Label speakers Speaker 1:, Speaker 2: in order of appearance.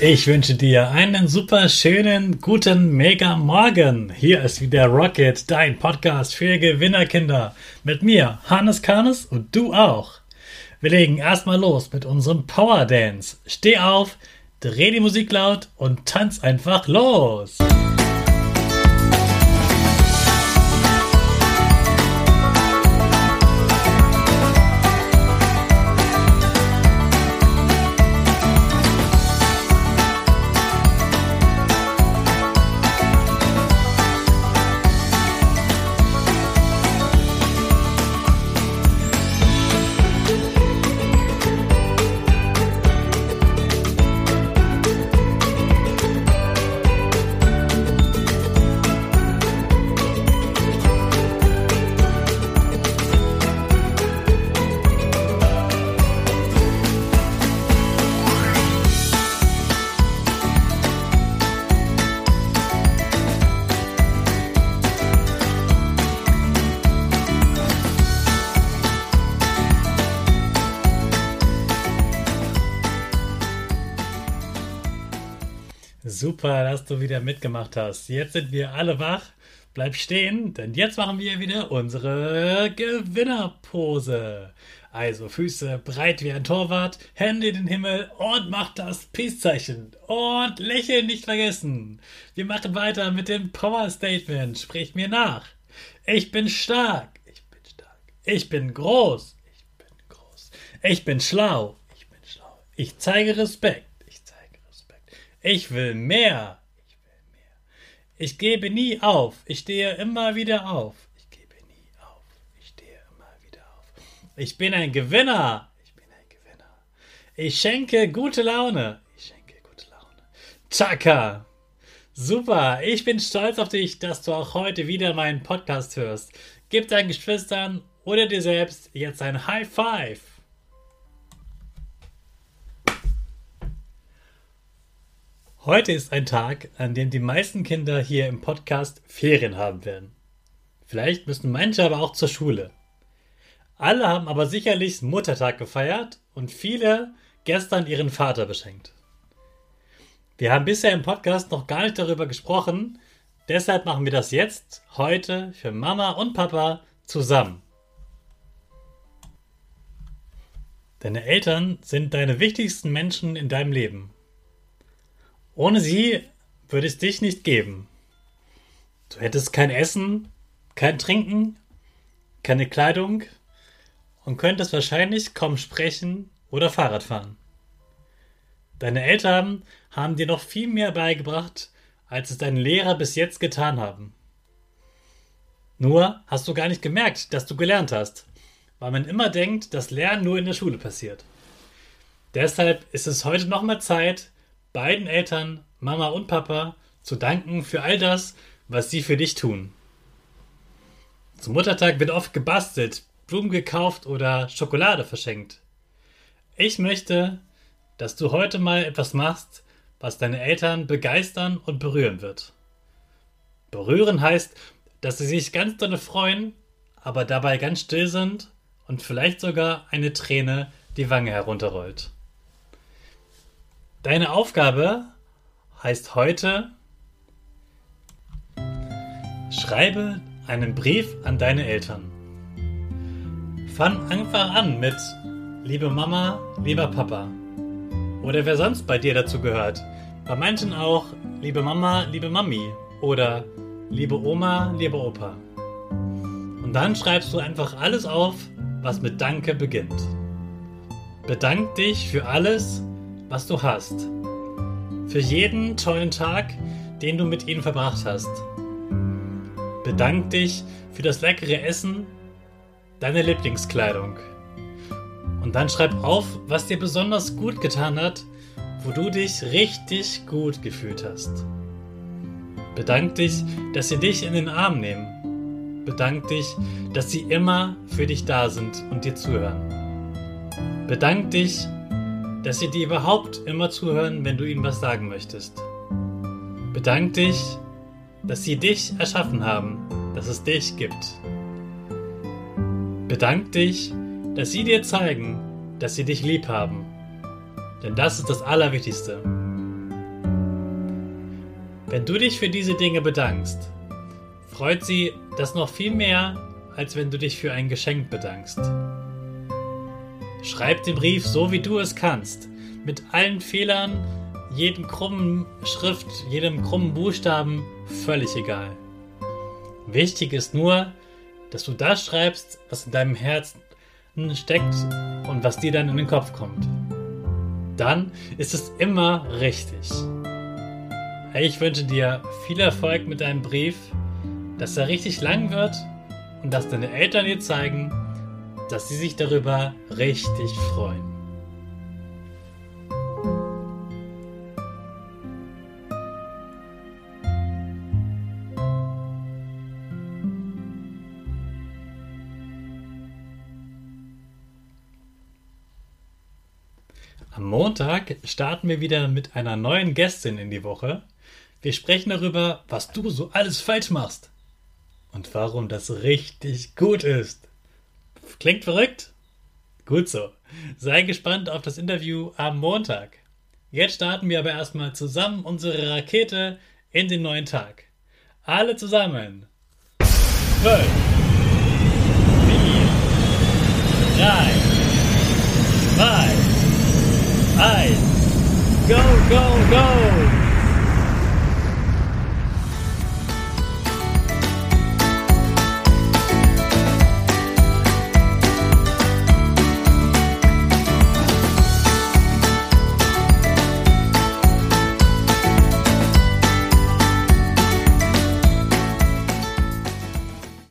Speaker 1: Ich wünsche dir einen super schönen, guten Mega-Morgen. Hier ist wieder Rocket, dein Podcast für Gewinnerkinder. Mit mir, Hannes Karnes, und du auch. Wir legen erstmal los mit unserem Power Dance. Steh auf, dreh die Musik laut und tanz einfach los. Super, dass du wieder mitgemacht hast. Jetzt sind wir alle wach. Bleib stehen, denn jetzt machen wir wieder unsere Gewinnerpose. Also Füße breit wie ein Torwart, Hände in den Himmel und mach das Peace-Zeichen. Und Lächeln nicht vergessen. Wir machen weiter mit dem Power-Statement. Sprich mir nach. Ich bin stark. Ich bin stark. Ich bin groß. Ich bin groß. Ich bin schlau. Ich bin schlau. Ich zeige Respekt. Ich will mehr. Ich will mehr. Ich gebe nie auf. Ich stehe immer wieder auf. Ich gebe nie auf. Ich stehe immer wieder auf. Ich bin ein Gewinner. Ich bin ein Gewinner. Ich schenke gute Laune. Ich schenke gute Laune. Chaka. Super. Ich bin stolz auf dich, dass du auch heute wieder meinen Podcast hörst. Gib deinen Geschwistern oder dir selbst jetzt ein High Five. Heute ist ein Tag, an dem die meisten Kinder hier im Podcast Ferien haben werden. Vielleicht müssen manche aber auch zur Schule. Alle haben aber sicherlich Muttertag gefeiert und viele gestern ihren Vater beschenkt. Wir haben bisher im Podcast noch gar nicht darüber gesprochen, deshalb machen wir das jetzt, heute, für Mama und Papa zusammen. Deine Eltern sind deine wichtigsten Menschen in deinem Leben. Ohne sie würde es dich nicht geben. Du hättest kein Essen, kein Trinken, keine Kleidung und könntest wahrscheinlich kaum sprechen oder Fahrrad fahren. Deine Eltern haben dir noch viel mehr beigebracht, als es deine Lehrer bis jetzt getan haben. Nur hast du gar nicht gemerkt, dass du gelernt hast, weil man immer denkt, dass Lernen nur in der Schule passiert. Deshalb ist es heute nochmal Zeit, beiden Eltern, Mama und Papa, zu danken für all das, was sie für dich tun. Zum Muttertag wird oft gebastelt, Blumen gekauft oder Schokolade verschenkt. Ich möchte, dass du heute mal etwas machst, was deine Eltern begeistern und berühren wird. Berühren heißt, dass sie sich ganz doll freuen, aber dabei ganz still sind und vielleicht sogar eine Träne die Wange herunterrollt. Deine Aufgabe heißt heute: Schreibe einen Brief an deine Eltern. Fang einfach an mit liebe Mama, lieber Papa. Oder wer sonst bei dir dazu gehört. Bei manchen auch liebe Mama, liebe Mami. Oder liebe Oma, lieber Opa. Und dann schreibst du einfach alles auf, was mit Danke beginnt. Bedank dich für alles, was du hast. Für jeden tollen Tag, den du mit ihnen verbracht hast. Bedank dich für das leckere Essen, deine Lieblingskleidung. Und dann schreib auf, was dir besonders gut getan hat, wo du dich richtig gut gefühlt hast. Bedank dich, dass sie dich in den Arm nehmen. Bedank dich, dass sie immer für dich da sind und dir zuhören. Bedank dich, dass sie dir überhaupt immer zuhören, wenn du ihnen was sagen möchtest. Bedank dich, dass sie dich erschaffen haben, dass es dich gibt. Bedank dich, dass sie dir zeigen, dass sie dich lieb haben. Denn das ist das Allerwichtigste. Wenn du dich für diese Dinge bedankst, freut sie das noch viel mehr, als wenn du dich für ein Geschenk bedankst. Schreib den Brief so, wie du es kannst, mit allen Fehlern, jedem krummen Schrift, jedem krummen Buchstaben, völlig egal. Wichtig ist nur, dass du das schreibst, was in deinem Herzen steckt und was dir dann in den Kopf kommt. Dann ist es immer richtig. Ich wünsche dir viel Erfolg mit deinem Brief, dass er richtig lang wird und dass deine Eltern dir zeigen, dass sie sich darüber richtig freuen. Am Montag starten wir wieder mit einer neuen Gästin in die Woche. Wir sprechen darüber, was du so alles falsch machst und warum das richtig gut ist. Klingt verrückt? Gut so. Sei gespannt auf das Interview am Montag. Jetzt starten wir aber erstmal zusammen unsere Rakete in den neuen Tag. Alle zusammen. 12, 4, 3, 2, 1, go, go, go!